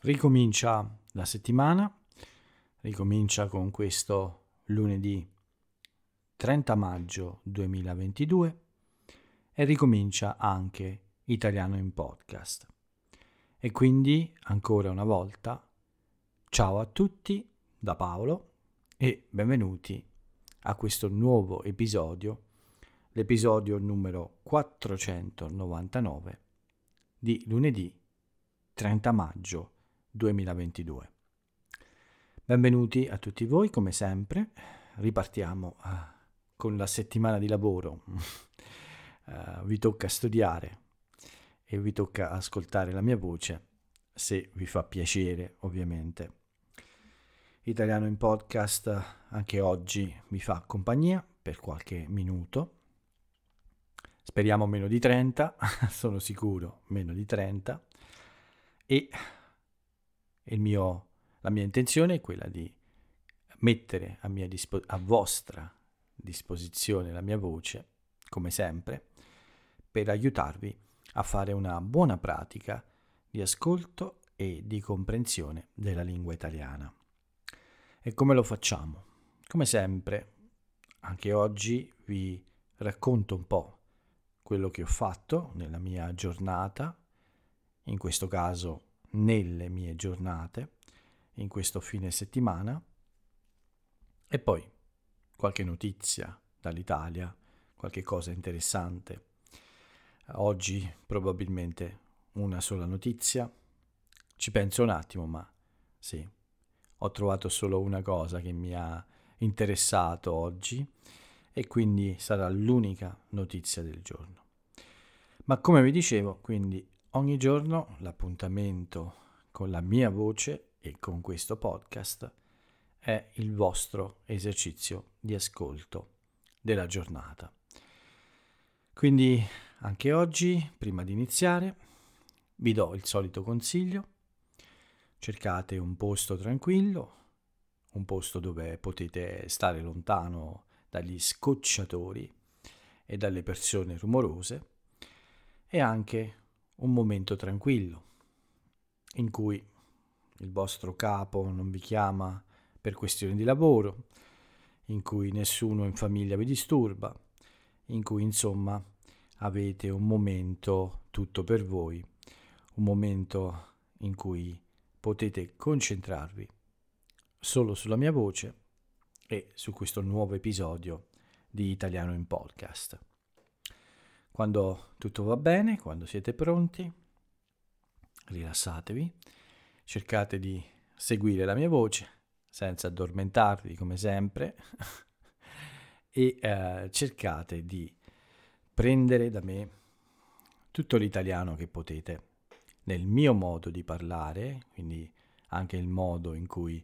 Ricomincia la settimana, ricomincia con questo lunedì 30 maggio 2022 e ricomincia anche Italiano in Podcast. E quindi, ancora una volta, ciao a tutti da Paolo e benvenuti a questo nuovo episodio, l'episodio numero 499 di lunedì 30 maggio 2022. Benvenuti a tutti voi, come sempre. Ripartiamo con la settimana di lavoro. Vi tocca studiare e vi tocca ascoltare la mia voce, se vi fa piacere, ovviamente. Italiano in Podcast anche oggi vi fa compagnia per qualche minuto. Speriamo meno di 30, sono sicuro meno di 30. E la mia intenzione è quella di mettere a vostra disposizione la mia voce, come sempre, per aiutarvi a fare una buona pratica di ascolto e di comprensione della lingua italiana. E come lo facciamo? Come sempre, anche oggi vi racconto un po' quello che ho fatto nella mia giornata, in questo caso nelle mie giornate, in questo fine settimana, e poi qualche notizia dall'Italia, qualche cosa interessante. Oggi probabilmente una sola notizia, ci penso un attimo, ma sì, ho trovato solo una cosa che mi ha interessato oggi e quindi sarà l'unica notizia del giorno. Ma come vi dicevo, quindi ogni giorno l'appuntamento con la mia voce e con questo podcast è il vostro esercizio di ascolto della giornata. Quindi anche oggi, prima di iniziare, vi do il solito consiglio: cercate un posto tranquillo, un posto dove potete stare lontano dagli scocciatori e dalle persone rumorose, e anche un momento tranquillo in cui il vostro capo non vi chiama per questioni di lavoro, in cui nessuno in famiglia vi disturba, in cui insomma avete un momento tutto per voi, un momento in cui potete concentrarvi solo sulla mia voce e su questo nuovo episodio di Italiano in Podcast. Quando tutto va bene, quando siete pronti, rilassatevi, cercate di seguire la mia voce senza addormentarvi come sempre e cercate di prendere da me tutto l'italiano che potete nel mio modo di parlare, quindi anche il modo in cui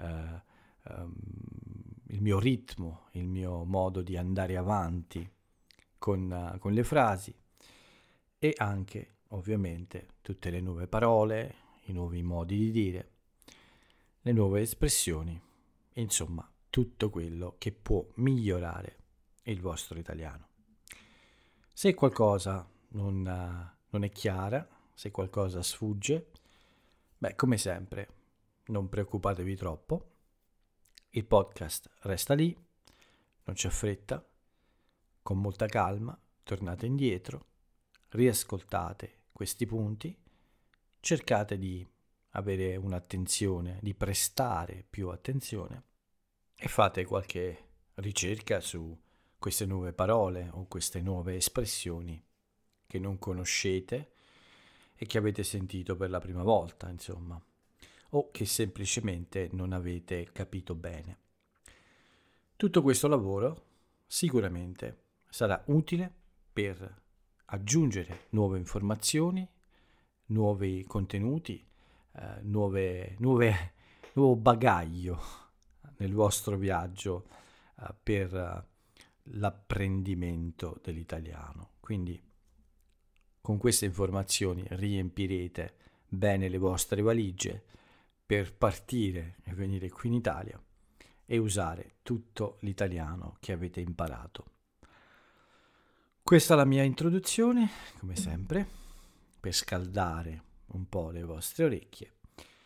il mio ritmo, il mio modo di andare avanti con le frasi, e anche ovviamente tutte le nuove parole, i nuovi modi di dire, le nuove espressioni, insomma tutto quello che può migliorare il vostro italiano. Se qualcosa non è chiara, se qualcosa sfugge, come sempre, non preoccupatevi troppo, il podcast resta lì, non c'è fretta, con molta calma tornate indietro, riascoltate questi punti, cercate di avere un'attenzione, di prestare più attenzione e fate qualche ricerca su queste nuove parole o queste nuove espressioni che non conoscete e che avete sentito per la prima volta, insomma, o che semplicemente non avete capito bene. Tutto questo lavoro sicuramente sarà utile per aggiungere nuove informazioni, nuovi contenuti, nuovo bagaglio nel vostro viaggio per l'apprendimento dell'italiano. Quindi con queste informazioni riempirete bene le vostre valigie per partire e venire qui in Italia e usare tutto l'italiano che avete imparato. Questa è la mia introduzione, come sempre, per scaldare un po' le vostre orecchie.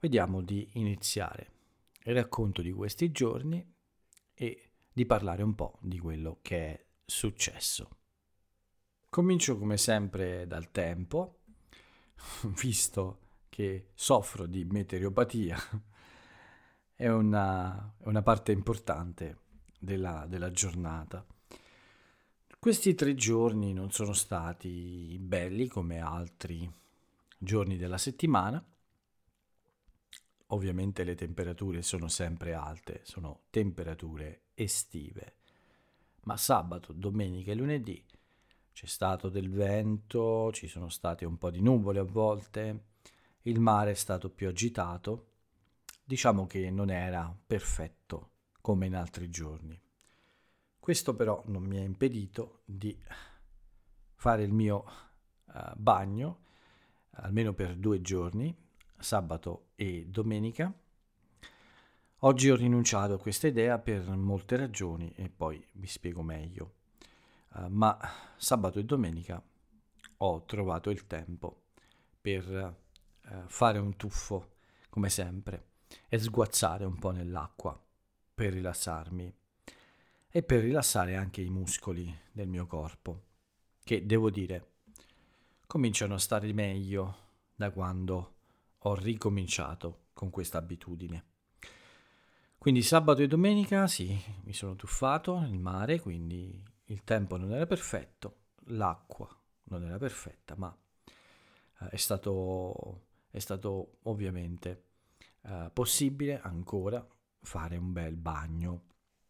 vediamo di iniziare il racconto di questi giorni e di parlare un po' di quello che è successo. Comincio come sempre dal tempo, visto che soffro di meteoropatia, è una parte importante della giornata. Questi 3 giorni non sono stati belli come altri giorni della settimana. Ovviamente le temperature sono sempre alte, sono temperature estive, ma sabato, domenica e lunedì c'è stato del vento, ci sono state un po' di nuvole a volte, il mare è stato più agitato, diciamo che non era perfetto come in altri giorni. Questo però non mi ha impedito di fare il mio bagno, almeno per 2 giorni, sabato e domenica. Oggi ho rinunciato a questa idea per molte ragioni e poi vi spiego meglio. Ma sabato e domenica ho trovato il tempo per fare un tuffo, come sempre, e sguazzare un po' nell'acqua per rilassarmi e per rilassare anche i muscoli del mio corpo, che devo dire cominciano a stare meglio da quando ho ricominciato con questa abitudine. Quindi sabato e domenica sì, mi sono tuffato nel mare, quindi il tempo non era perfetto, l'acqua non era perfetta, ma è stato ovviamente possibile ancora fare un bel bagno.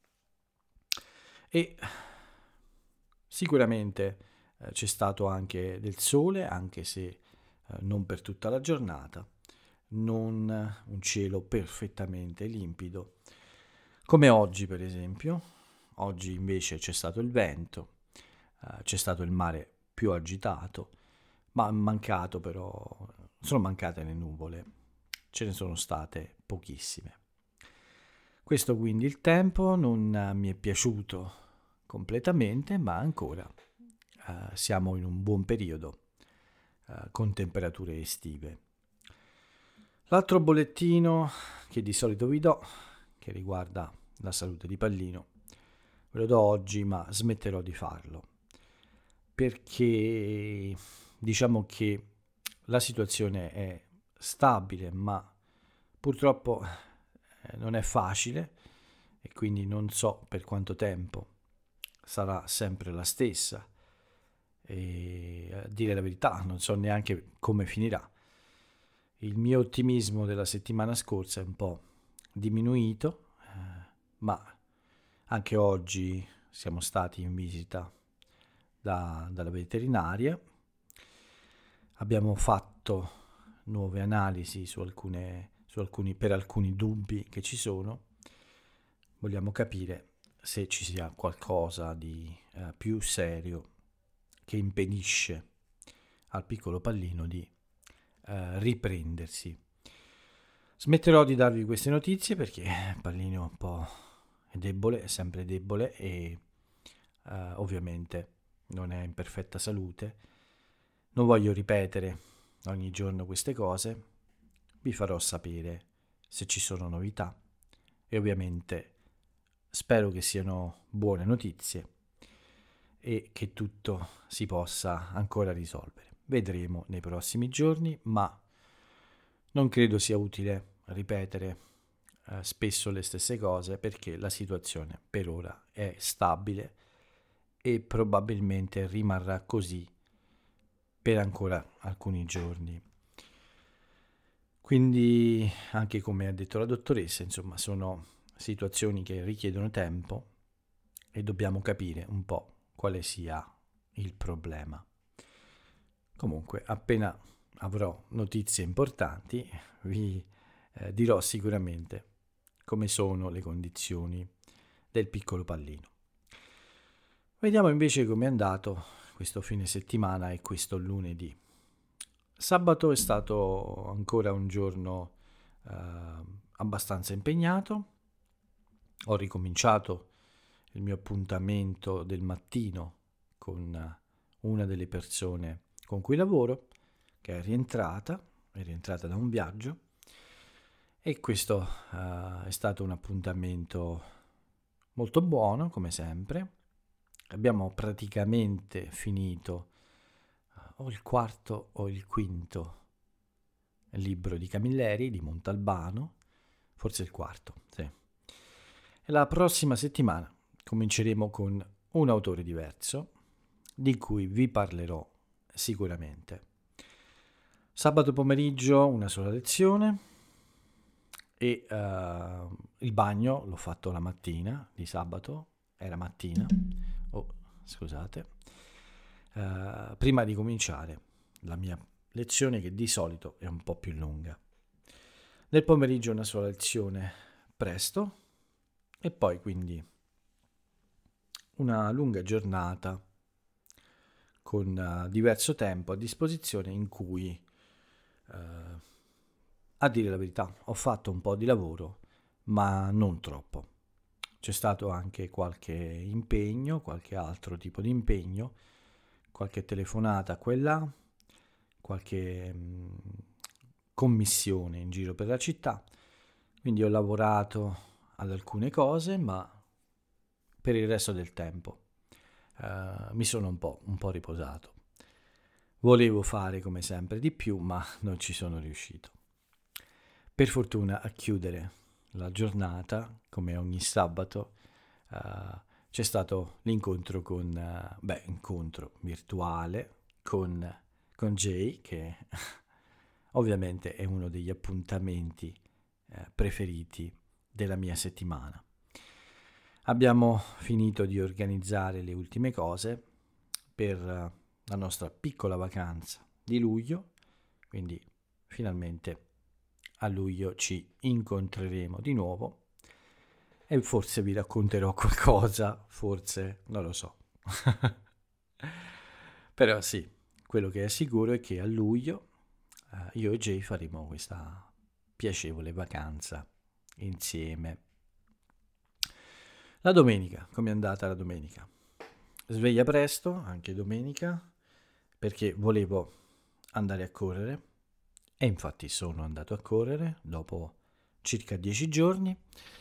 E sicuramente c'è stato anche del sole, anche se non per tutta la giornata, non un cielo perfettamente limpido, come oggi per esempio. Oggi invece c'è stato il vento, c'è stato il mare più agitato, ma sono mancate le nuvole, ce ne sono state pochissime. Questo quindi il tempo non mi è piaciuto completamente, ma ancora siamo in un buon periodo con temperature estive. L'altro bollettino che di solito vi do, che riguarda la salute di Pallino, ve lo do oggi, ma smetterò di farlo, perché diciamo che la situazione è stabile, ma purtroppo non è facile e quindi non so per quanto tempo sarà sempre la stessa e a dire la verità non so neanche come finirà. Il mio ottimismo della settimana scorsa è un po' diminuito, ma anche oggi siamo stati in visita dalla veterinaria. Abbiamo fatto nuove analisi per alcuni dubbi che ci sono. Vogliamo capire se ci sia qualcosa di più serio che impedisce al piccolo Pallino di riprendersi. Smetterò di darvi queste notizie perché Pallino un po' è debole, è sempre debole e ovviamente non è in perfetta salute. Non voglio ripetere ogni giorno queste cose, vi farò sapere se ci sono novità e ovviamente spero che siano buone notizie e che tutto si possa ancora risolvere. Vedremo nei prossimi giorni, ma non credo sia utile ripetere spesso le stesse cose perché la situazione per ora è stabile e probabilmente rimarrà così per ancora alcuni giorni. Quindi, anche come ha detto la dottoressa, insomma, sono situazioni che richiedono tempo e dobbiamo capire un po' quale sia il problema. Comunque, appena avrò notizie importanti, vi dirò sicuramente come sono le condizioni del piccolo Pallino. Vediamo invece come è andato questo fine settimana e questo lunedì. Sabato è stato ancora un giorno abbastanza impegnato. Ho ricominciato il mio appuntamento del mattino con una delle persone con cui lavoro, che è rientrata da un viaggio, E questo è stato un appuntamento molto buono, come sempre. Abbiamo praticamente finito o il quarto o il quinto libro di Camilleri, di Montalbano, forse il quarto, sì. E la prossima settimana cominceremo con un autore diverso, di cui vi parlerò sicuramente. Sabato pomeriggio una sola lezione e il bagno l'ho fatto la mattina di sabato, era mattina, scusate, prima di cominciare la mia lezione che di solito è un po' più lunga. Nel pomeriggio una sola lezione presto e poi quindi una lunga giornata con diverso tempo a disposizione in cui, a dire la verità, ho fatto un po' di lavoro, ma non troppo. C'è stato anche qualche impegno, qualche altro tipo di impegno, qualche telefonata qua e là, qualche commissione in giro per la città. Quindi ho lavorato ad alcune cose, ma per il resto del tempo mi sono un po' riposato. Volevo fare come sempre di più, ma non ci sono riuscito. Per fortuna a chiudere la giornata, come ogni sabato, c'è stato l'incontro incontro virtuale con Jay, che ovviamente è uno degli appuntamenti preferiti della mia settimana. Abbiamo finito di organizzare le ultime cose per la nostra piccola vacanza di luglio, quindi finalmente a luglio ci incontreremo di nuovo e forse vi racconterò qualcosa, forse, non lo so. Però sì, quello che è sicuro è che a luglio io e Jay faremo questa piacevole vacanza insieme. La domenica, com'è andata la domenica? Sveglia presto, anche domenica, perché volevo andare a correre e infatti sono andato a correre dopo circa 10 giorni,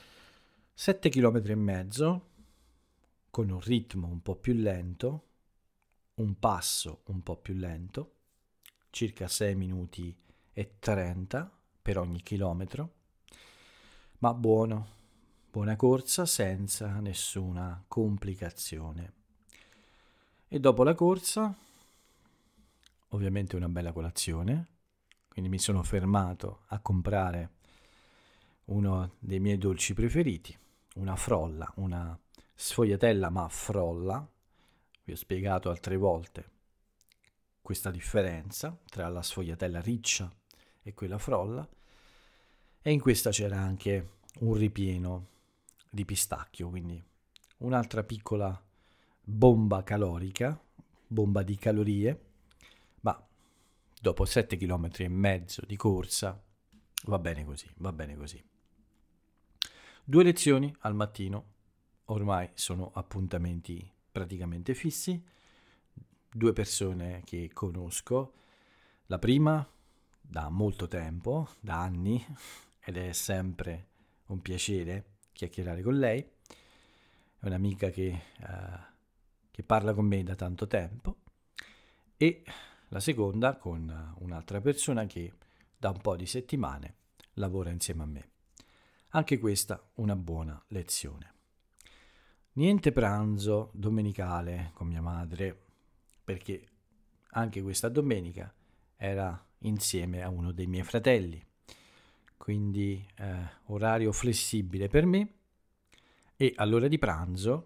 7 km e mezzo, con un ritmo un po' più lento, un passo un po' più lento, circa 6 minuti e 30 per ogni chilometro, ma buona corsa senza nessuna complicazione. E dopo la corsa, ovviamente una bella colazione, quindi mi sono fermato a comprare uno dei miei dolci preferiti, una frolla, una sfogliatella ma frolla. Vi ho spiegato altre volte questa differenza tra la sfogliatella riccia e quella frolla, e in questa c'era anche un ripieno di pistacchio, quindi un'altra piccola bomba calorica, bomba di calorie, ma dopo 7 km e mezzo di corsa va bene così, va bene così. 2 lezioni al mattino, ormai sono appuntamenti praticamente fissi, 2 persone che conosco, la prima da molto tempo, da anni, ed è sempre un piacere chiacchierare con lei, è un'amica che parla con me da tanto tempo, e la seconda con un'altra persona che da un po' di settimane lavora insieme a me. Anche questa una buona lezione. Niente pranzo domenicale con mia madre, perché anche questa domenica era insieme a uno dei miei fratelli, quindi orario flessibile per me, e all'ora di pranzo,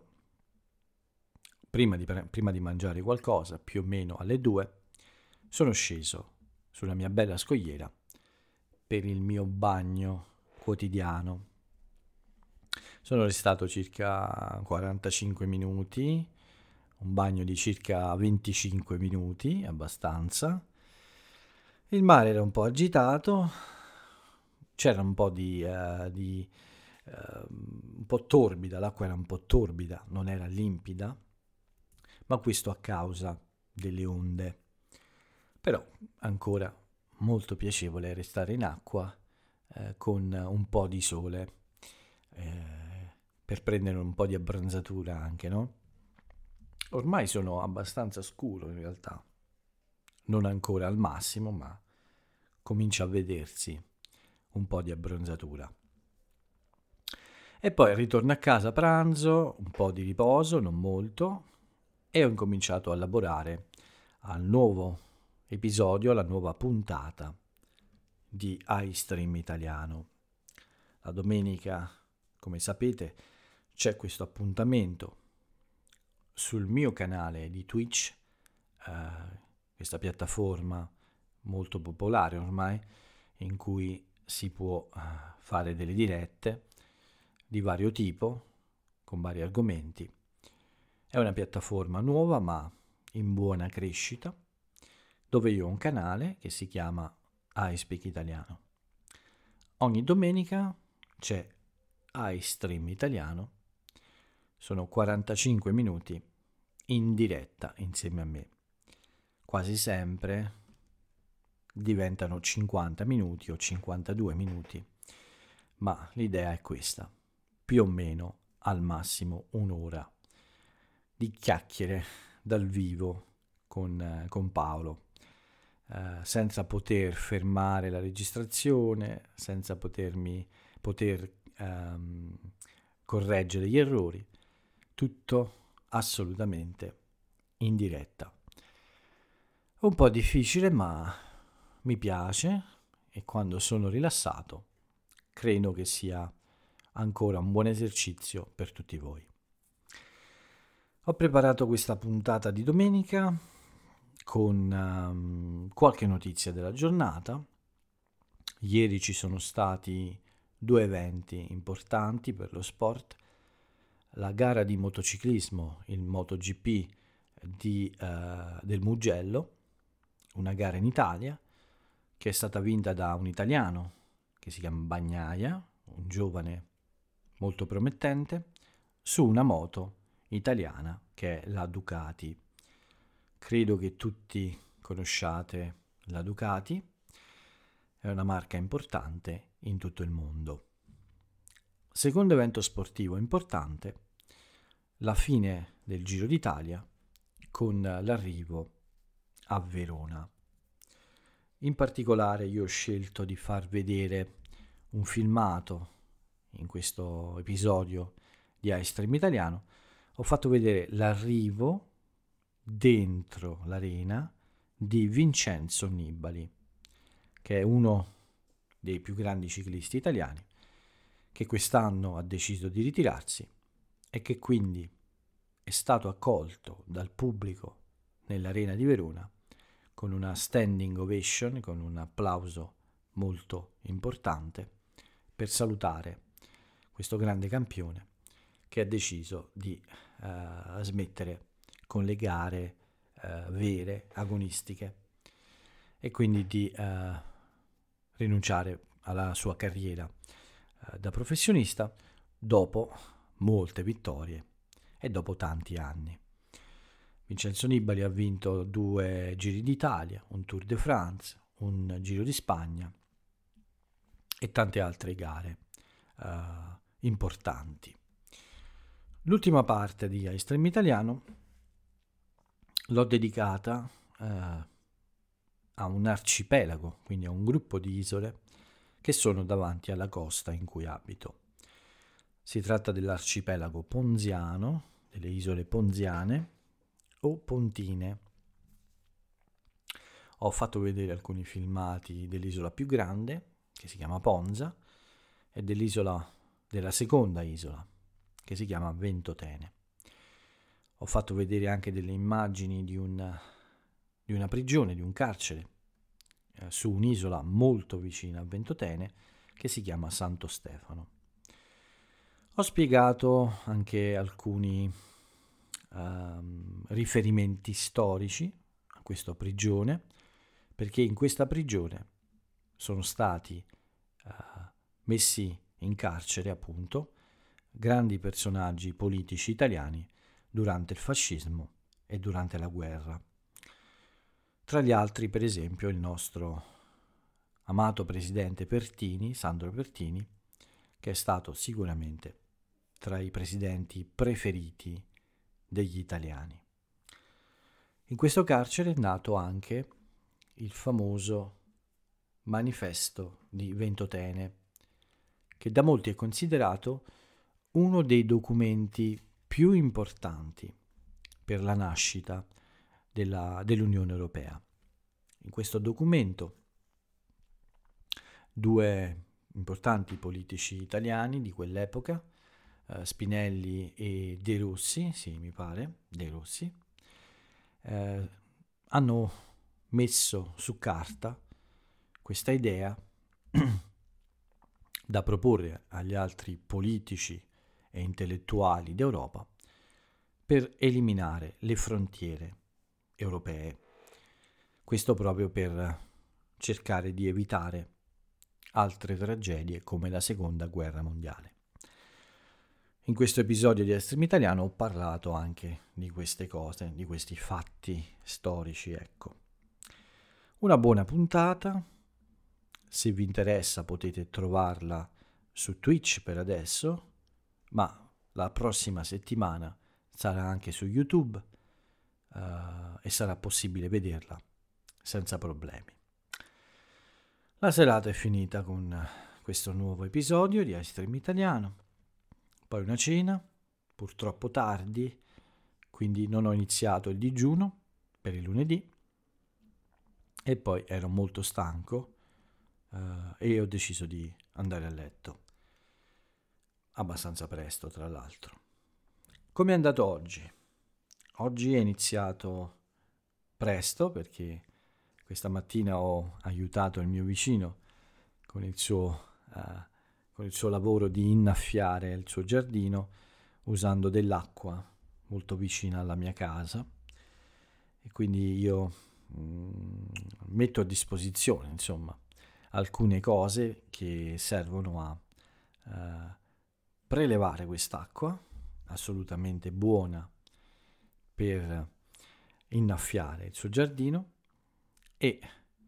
prima di mangiare qualcosa, più o meno alle 2, sono sceso sulla mia bella scogliera per il mio bagno quotidiano. Sono restato circa 45 minuti, un bagno di circa 25 minuti, abbastanza. Il mare era un po' agitato, c'era un po' un po' torbida, l'acqua era un po' torbida, non era limpida, ma questo a causa delle onde. Però ancora molto piacevole restare in acqua con un po' di sole, per prendere un po' di abbronzatura anche, no? Ormai sono abbastanza scuro in realtà, non ancora al massimo, ma comincia a vedersi un po' di abbronzatura. E poi ritorno a casa a pranzo, un po' di riposo, non molto, e ho incominciato a lavorare al nuovo episodio, alla nuova puntata di iStream Italiano. La domenica, come sapete, c'è questo appuntamento sul mio canale di Twitch, questa piattaforma molto popolare ormai, in cui si può fare delle dirette di vario tipo, con vari argomenti. È una piattaforma nuova ma in buona crescita, dove io ho un canale che si chiama iSpeak Italiano. Ogni domenica c'è iStream Italiano, sono 45 minuti in diretta insieme a me. Quasi sempre diventano 50 minuti o 52 minuti, ma l'idea è questa, più o meno al massimo un'ora di chiacchiere dal vivo con Paolo, senza poter fermare la registrazione, senza poter correggere gli errori, tutto assolutamente in diretta. È un po' difficile, ma mi piace, e quando sono rilassato credo che sia ancora un buon esercizio per tutti voi. Ho preparato questa puntata di domenica con qualche notizia della giornata. Ieri ci sono stati 2 eventi importanti per lo sport: la gara di motociclismo, il MotoGP del Mugello, una gara in Italia che è stata vinta da un italiano che si chiama Bagnaia, un giovane molto promettente, su una moto italiana che è la Ducati. Credo che tutti conosciate la Ducati, è una marca importante in tutto il mondo. Secondo evento sportivo importante, la fine del Giro d'Italia con l'arrivo a Verona. In particolare io ho scelto di far vedere un filmato in questo episodio di iStream Italiano. Ho fatto vedere l'arrivo dentro l'arena di Vincenzo Nibali, che è uno dei più grandi ciclisti italiani, che quest'anno ha deciso di ritirarsi e che quindi è stato accolto dal pubblico nell'arena di Verona con una standing ovation, con un applauso molto importante, per salutare questo grande campione che ha deciso di smettere con le gare vere, agonistiche, e quindi di rinunciare alla sua carriera da professionista dopo molte vittorie e dopo tanti anni. Vincenzo Nibali ha vinto 2 Giri d'Italia, un Tour de France, un Giro di Spagna e tante altre gare importanti. L'ultima parte di iStream Italiano l'ho dedicata a un arcipelago, quindi a un gruppo di isole che sono davanti alla costa in cui abito. Si tratta dell'arcipelago ponziano, delle isole ponziane o pontine. Ho fatto vedere alcuni filmati dell'isola più grande, che si chiama Ponza, e della seconda isola, che si chiama Ventotene. Ho fatto vedere anche delle immagini di una prigione, di un carcere, su un'isola molto vicina a Ventotene, che si chiama Santo Stefano. Ho spiegato anche alcuni riferimenti storici a questa prigione, perché in questa prigione sono stati messi in carcere, appunto, grandi personaggi politici italiani durante il fascismo e durante la guerra. Tra gli altri, per esempio, il nostro amato presidente Pertini, Sandro Pertini, che è stato sicuramente tra i presidenti preferiti degli italiani. In questo carcere è nato anche il famoso Manifesto di Ventotene, che da molti è considerato uno dei documenti più importanti per la nascita dell'Unione Europea. In questo documento due importanti politici italiani di quell'epoca, Spinelli e De Rossi, hanno messo su carta questa idea da proporre agli altri politici e intellettuali d'Europa per eliminare le frontiere europee. Questo proprio per cercare di evitare altre tragedie come la Seconda Guerra Mondiale. In questo episodio di Stream Italiano ho parlato anche di queste cose, di questi fatti storici, ecco. Una buona puntata, se vi interessa potete trovarla su Twitch per adesso, ma la prossima settimana sarà anche su YouTube e sarà possibile vederla senza problemi. La serata è finita con questo nuovo episodio di iStream Italiano, poi una cena, purtroppo tardi, quindi non ho iniziato il digiuno per il lunedì e poi ero molto stanco e ho deciso di andare a letto abbastanza presto, tra l'altro. Come è andato oggi? Oggi è iniziato presto perché questa mattina ho aiutato il mio vicino con il suo lavoro di innaffiare il suo giardino usando dell'acqua molto vicina alla mia casa e quindi io metto a disposizione insomma alcune cose che servono a prelevare quest'acqua assolutamente buona per innaffiare il suo giardino e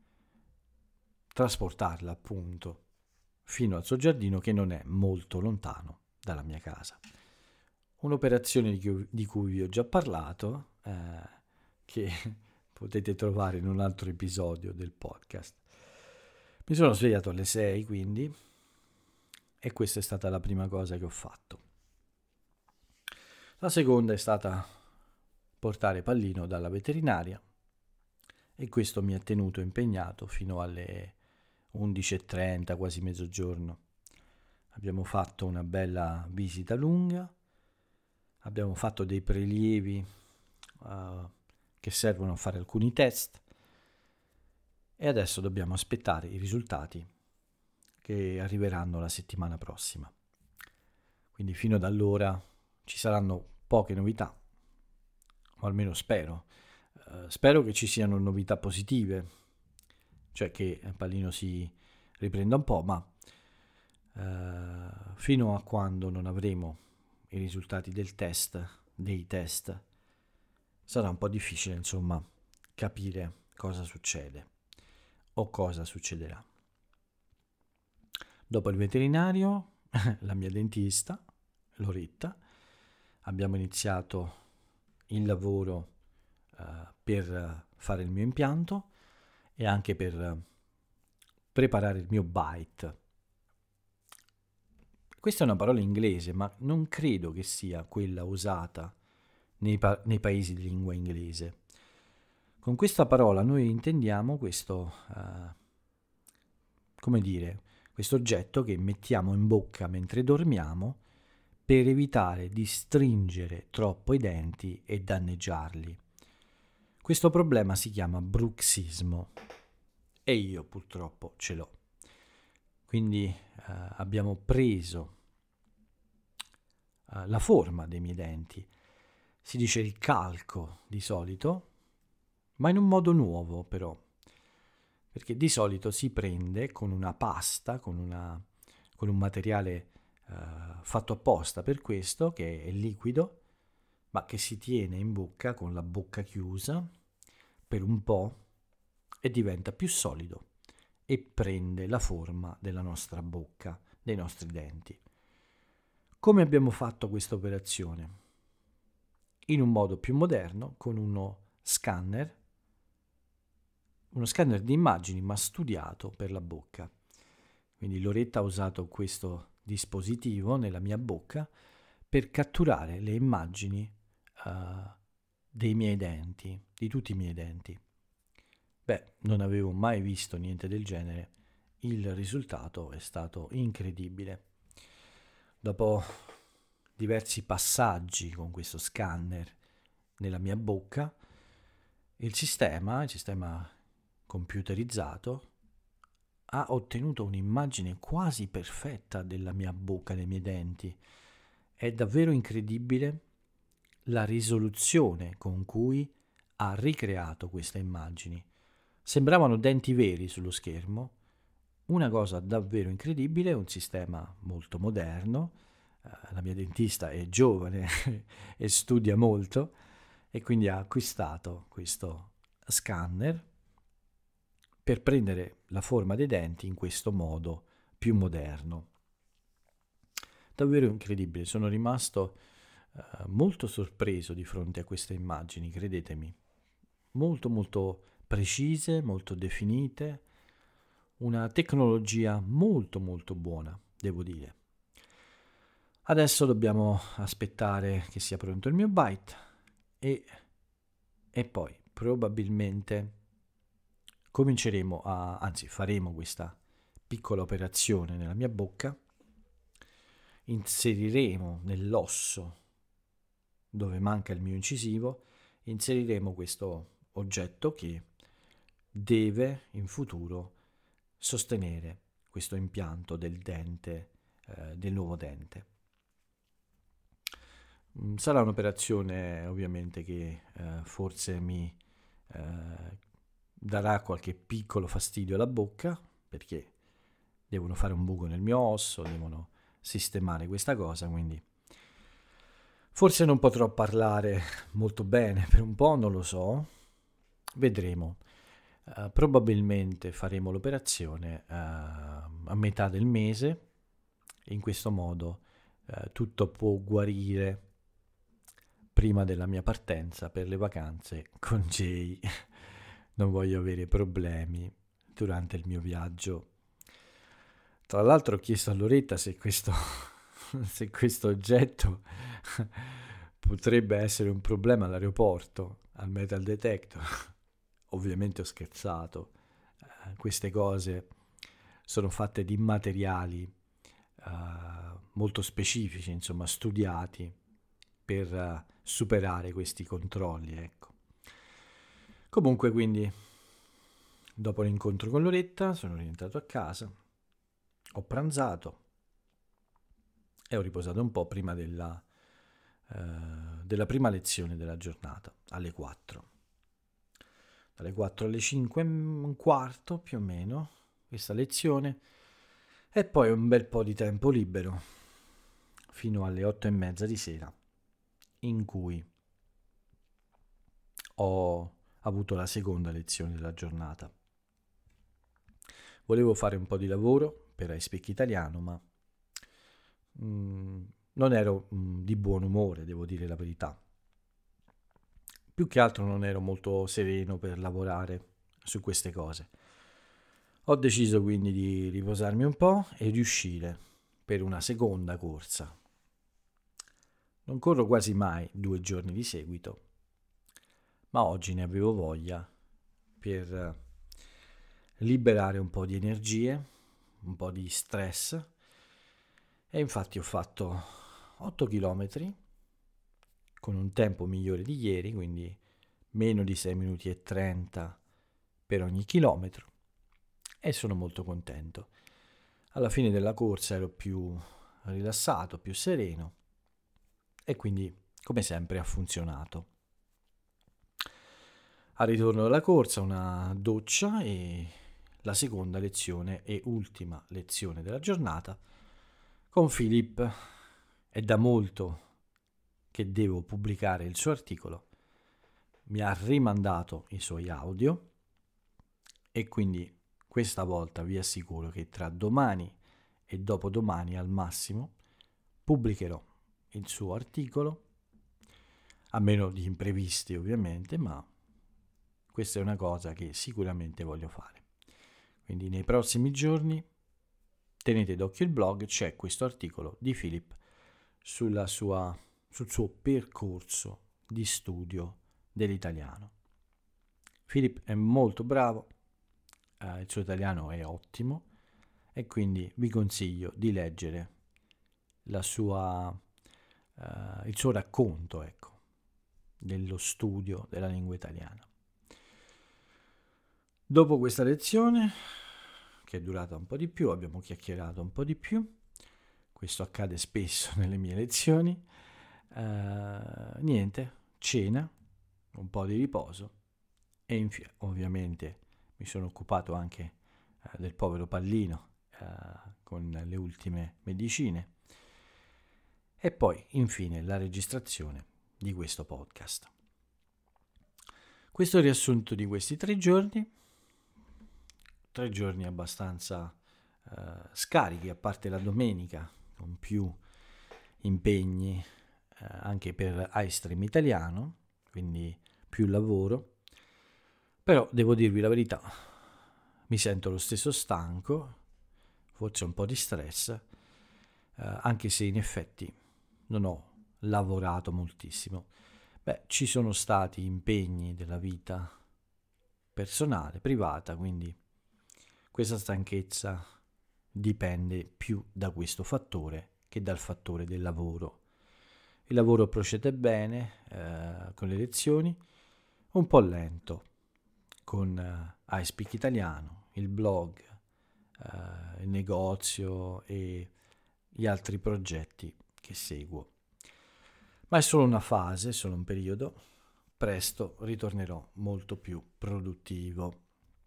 trasportarla appunto fino al suo giardino che non è molto lontano dalla mia casa. Un'operazione di cui vi ho già parlato, che potete trovare in un altro episodio del podcast. Mi sono svegliato alle 6 quindi e questa è stata la prima cosa che ho fatto. La seconda è stata portare Pallino dalla veterinaria e questo mi ha tenuto impegnato fino alle 11:30, quasi mezzogiorno. Abbiamo fatto una bella visita lunga, abbiamo fatto dei prelievi che servono a fare alcuni test e adesso dobbiamo aspettare i risultati che arriveranno la settimana prossima. Quindi fino ad allora ci saranno poche novità, o almeno spero. Spero che ci siano novità positive, cioè che Pallino si riprenda un po', ma fino a quando non avremo i risultati dei test, sarà un po' difficile, insomma, capire cosa succede o cosa succederà. Dopo il veterinario, la mia dentista, Loretta, abbiamo iniziato il lavoro per fare il mio impianto e anche per preparare il mio bite. Questa è una parola inglese, ma non credo che sia quella usata nei paesi di lingua inglese. Con questa parola noi intendiamo questo, questo oggetto che mettiamo in bocca mentre dormiamo per evitare di stringere troppo i denti e danneggiarli. Questo problema si chiama bruxismo e io purtroppo ce l'ho. Quindi abbiamo preso la forma dei miei denti. Si dice il calco di solito, ma in un modo nuovo però, perché di solito si prende con una pasta, con un materiale fatto apposta per questo, che è liquido, ma che si tiene in bocca con la bocca chiusa per un po' e diventa più solido e prende la forma della nostra bocca, dei nostri denti. Come abbiamo fatto questa operazione? In un modo più moderno, con uno scanner di immagini ma studiato per la bocca. Quindi Loretta ha usato questo dispositivo nella mia bocca per catturare le immagini dei miei denti, di tutti i miei denti. Beh, non avevo mai visto niente del genere. Il risultato è stato incredibile. Dopo diversi passaggi con questo scanner nella mia bocca, il sistema computerizzato, ha ottenuto un'immagine quasi perfetta della mia bocca, dei miei denti. È davvero incredibile la risoluzione con cui ha ricreato queste immagini. Sembravano denti veri sullo schermo, una cosa davvero incredibile, un sistema molto moderno. La mia dentista è giovane e studia molto e quindi ha acquistato questo scanner per prendere la forma dei denti in questo modo più moderno. Davvero incredibile, sono rimasto molto sorpreso di fronte a queste immagini, credetemi. Molto molto precise, molto definite, una tecnologia molto molto buona, devo dire. Adesso dobbiamo aspettare che sia pronto il mio bite e poi probabilmente faremo questa piccola operazione nella mia bocca, inseriremo nell'osso dove manca il mio incisivo, inseriremo questo oggetto che deve in futuro sostenere questo impianto del dente, del nuovo dente. Sarà un'operazione ovviamente che forse mi darà qualche piccolo fastidio alla bocca, perché devono fare un buco nel mio osso, devono sistemare questa cosa, quindi forse non potrò parlare molto bene per un po', non lo so, vedremo. Probabilmente faremo l'operazione a metà del mese, in questo modo tutto può guarire prima della mia partenza per le vacanze con Jay. Non voglio avere problemi durante il mio viaggio. Tra l'altro ho chiesto a Loretta se questo oggetto potrebbe essere un problema all'aeroporto, al metal detector. Ovviamente ho scherzato. Queste cose sono fatte di materiali molto specifici, insomma, studiati per superare questi controlli, ecco. Comunque, quindi, dopo l'incontro con Loretta, sono rientrato a casa, ho pranzato e ho riposato un po' prima della prima lezione della giornata, alle 4. Dalle 4 alle 5 e un quarto, più o meno, questa lezione, e poi un bel po' di tempo libero, fino alle 8 e mezza di sera, in cui ho avuto la seconda lezione della giornata. Volevo fare un po' di lavoro per iSpeak Italiano, ma non ero di buon umore, devo dire la verità. Più che altro non ero molto sereno per lavorare su queste cose. Ho deciso quindi di riposarmi un po' e di uscire per una seconda corsa. Non corro quasi mai 2 giorni di seguito, ma oggi ne avevo voglia per liberare un po' di energie, un po' di stress, e infatti ho fatto 8 chilometri con un tempo migliore di ieri, quindi meno di 6 minuti e 30 per ogni chilometro, e sono molto contento. Alla fine della corsa ero più rilassato, più sereno, e quindi, come sempre, ha funzionato. Al ritorno dalla corsa, una doccia e la seconda lezione e ultima lezione della giornata con Philip. È da molto che devo pubblicare il suo articolo, mi ha rimandato i suoi audio e quindi questa volta vi assicuro che tra domani e dopodomani al massimo pubblicherò il suo articolo, a meno di imprevisti ovviamente, ma questa è una cosa che sicuramente voglio fare. Quindi nei prossimi giorni tenete d'occhio il blog, c'è questo articolo di Philip sul suo percorso di studio dell'italiano. Philip è molto bravo, il suo italiano è ottimo e quindi vi consiglio di leggere il suo racconto, ecco, dello studio della lingua italiana. Dopo questa lezione, che è durata un po' di più, abbiamo chiacchierato un po' di più, questo accade spesso nelle mie lezioni, niente, cena, un po' di riposo e ovviamente mi sono occupato anche del povero Pallino con le ultime medicine e poi infine la registrazione di questo podcast. Questo è il riassunto di questi 3 giorni. 3 giorni abbastanza scarichi, a parte la domenica, con più impegni anche per iStream italiano, quindi più lavoro. Però devo dirvi la verità, mi sento lo stesso stanco, forse un po' di stress, anche se in effetti non ho lavorato moltissimo. Ci sono stati impegni della vita personale, privata, quindi questa stanchezza dipende più da questo fattore che dal fattore del lavoro. Il lavoro procede bene con le lezioni, un po' lento con iSpeak Italiano, il blog, il negozio e gli altri progetti che seguo. Ma è solo una fase, solo un periodo. Presto ritornerò molto più produttivo.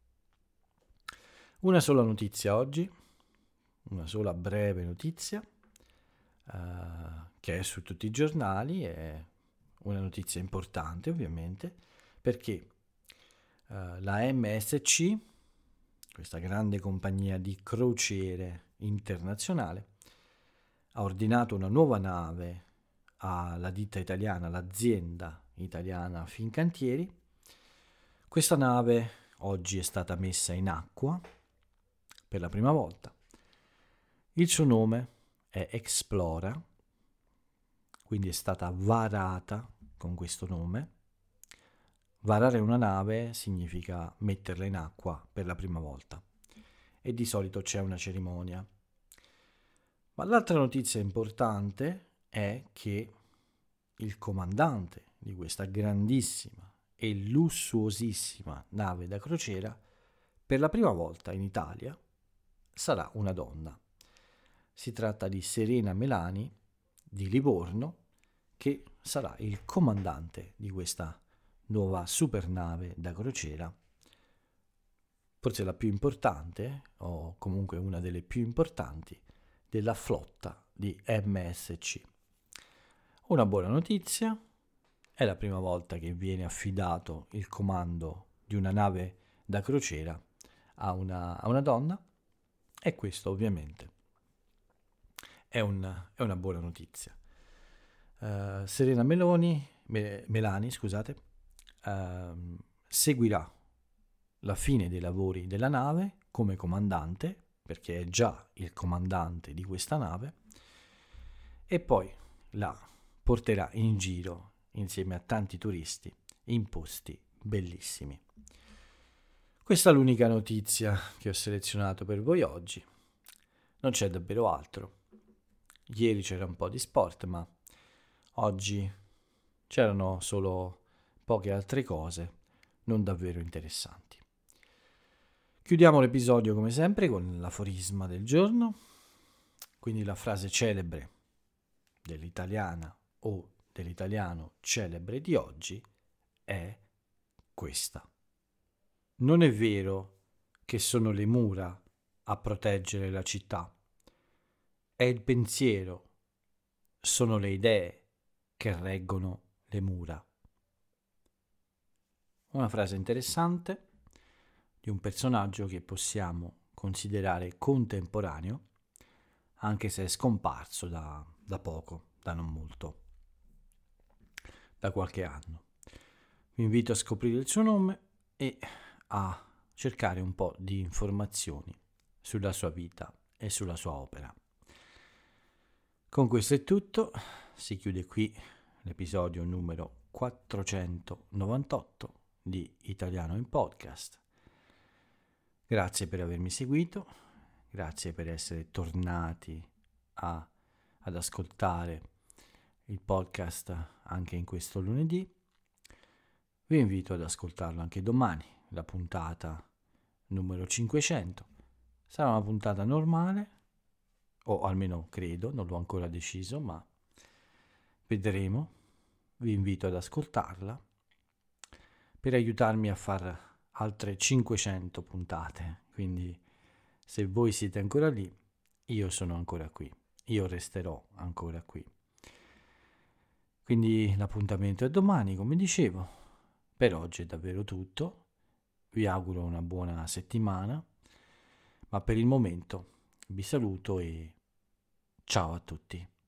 Una sola notizia oggi, una sola breve notizia che è su tutti i giornali, è una notizia importante ovviamente, perché la MSC, questa grande compagnia di crociere internazionale, ha ordinato una nuova nave alla ditta italiana, l'azienda italiana Fincantieri. Questa nave oggi è stata messa in acqua per la prima volta. Il suo nome è Explora, quindi è stata varata con questo nome. Varare una nave significa metterla in acqua per la prima volta e di solito c'è una cerimonia. Ma l'altra notizia importante è che il comandante di questa grandissima e lussuosissima nave da crociera, per la prima volta in Italia, sarà una donna. Si tratta di Serena Melani di Livorno, che sarà il comandante di questa nuova supernave da crociera, forse la più importante, o comunque una delle più importanti, della flotta di MSC. Una buona notizia, è la prima volta che viene affidato il comando di una nave da crociera a una donna, e questo ovviamente è una buona notizia. Serena Melani, seguirà la fine dei lavori della nave come comandante, perché è già il comandante di questa nave, e poi la porterà in giro insieme a tanti turisti in posti bellissimi. Questa è l'unica notizia che ho selezionato per voi oggi. Non c'è davvero altro. Ieri c'era un po' di sport, ma oggi c'erano solo poche altre cose non davvero interessanti. Chiudiamo l'episodio come sempre con l'aforisma del giorno, quindi la frase celebre dell'italiana o dell'italiano celebre di oggi è questa: non è vero che sono le mura a proteggere la città, è il pensiero, sono le idee che reggono le mura. Una frase interessante, di un personaggio che possiamo considerare contemporaneo, anche se è scomparso da poco, da non molto, da qualche anno. Vi invito a scoprire il suo nome e a cercare un po' di informazioni sulla sua vita e sulla sua opera. Con questo è tutto, si chiude qui l'episodio numero 498 di Italiano in Podcast. Grazie per avermi seguito, grazie per essere tornati ad ascoltare il podcast anche in questo lunedì. Vi invito ad ascoltarlo anche domani, la puntata numero 500. Sarà una puntata normale, o almeno credo, non l'ho ancora deciso, ma vedremo. Vi invito ad ascoltarla per aiutarmi a fare altre 500 puntate. Quindi se voi siete ancora lì, io sono ancora qui, io resterò ancora qui. Quindi l'appuntamento è domani, come dicevo. Per oggi è davvero tutto. Vi auguro una buona settimana, ma per il momento vi saluto e ciao a tutti.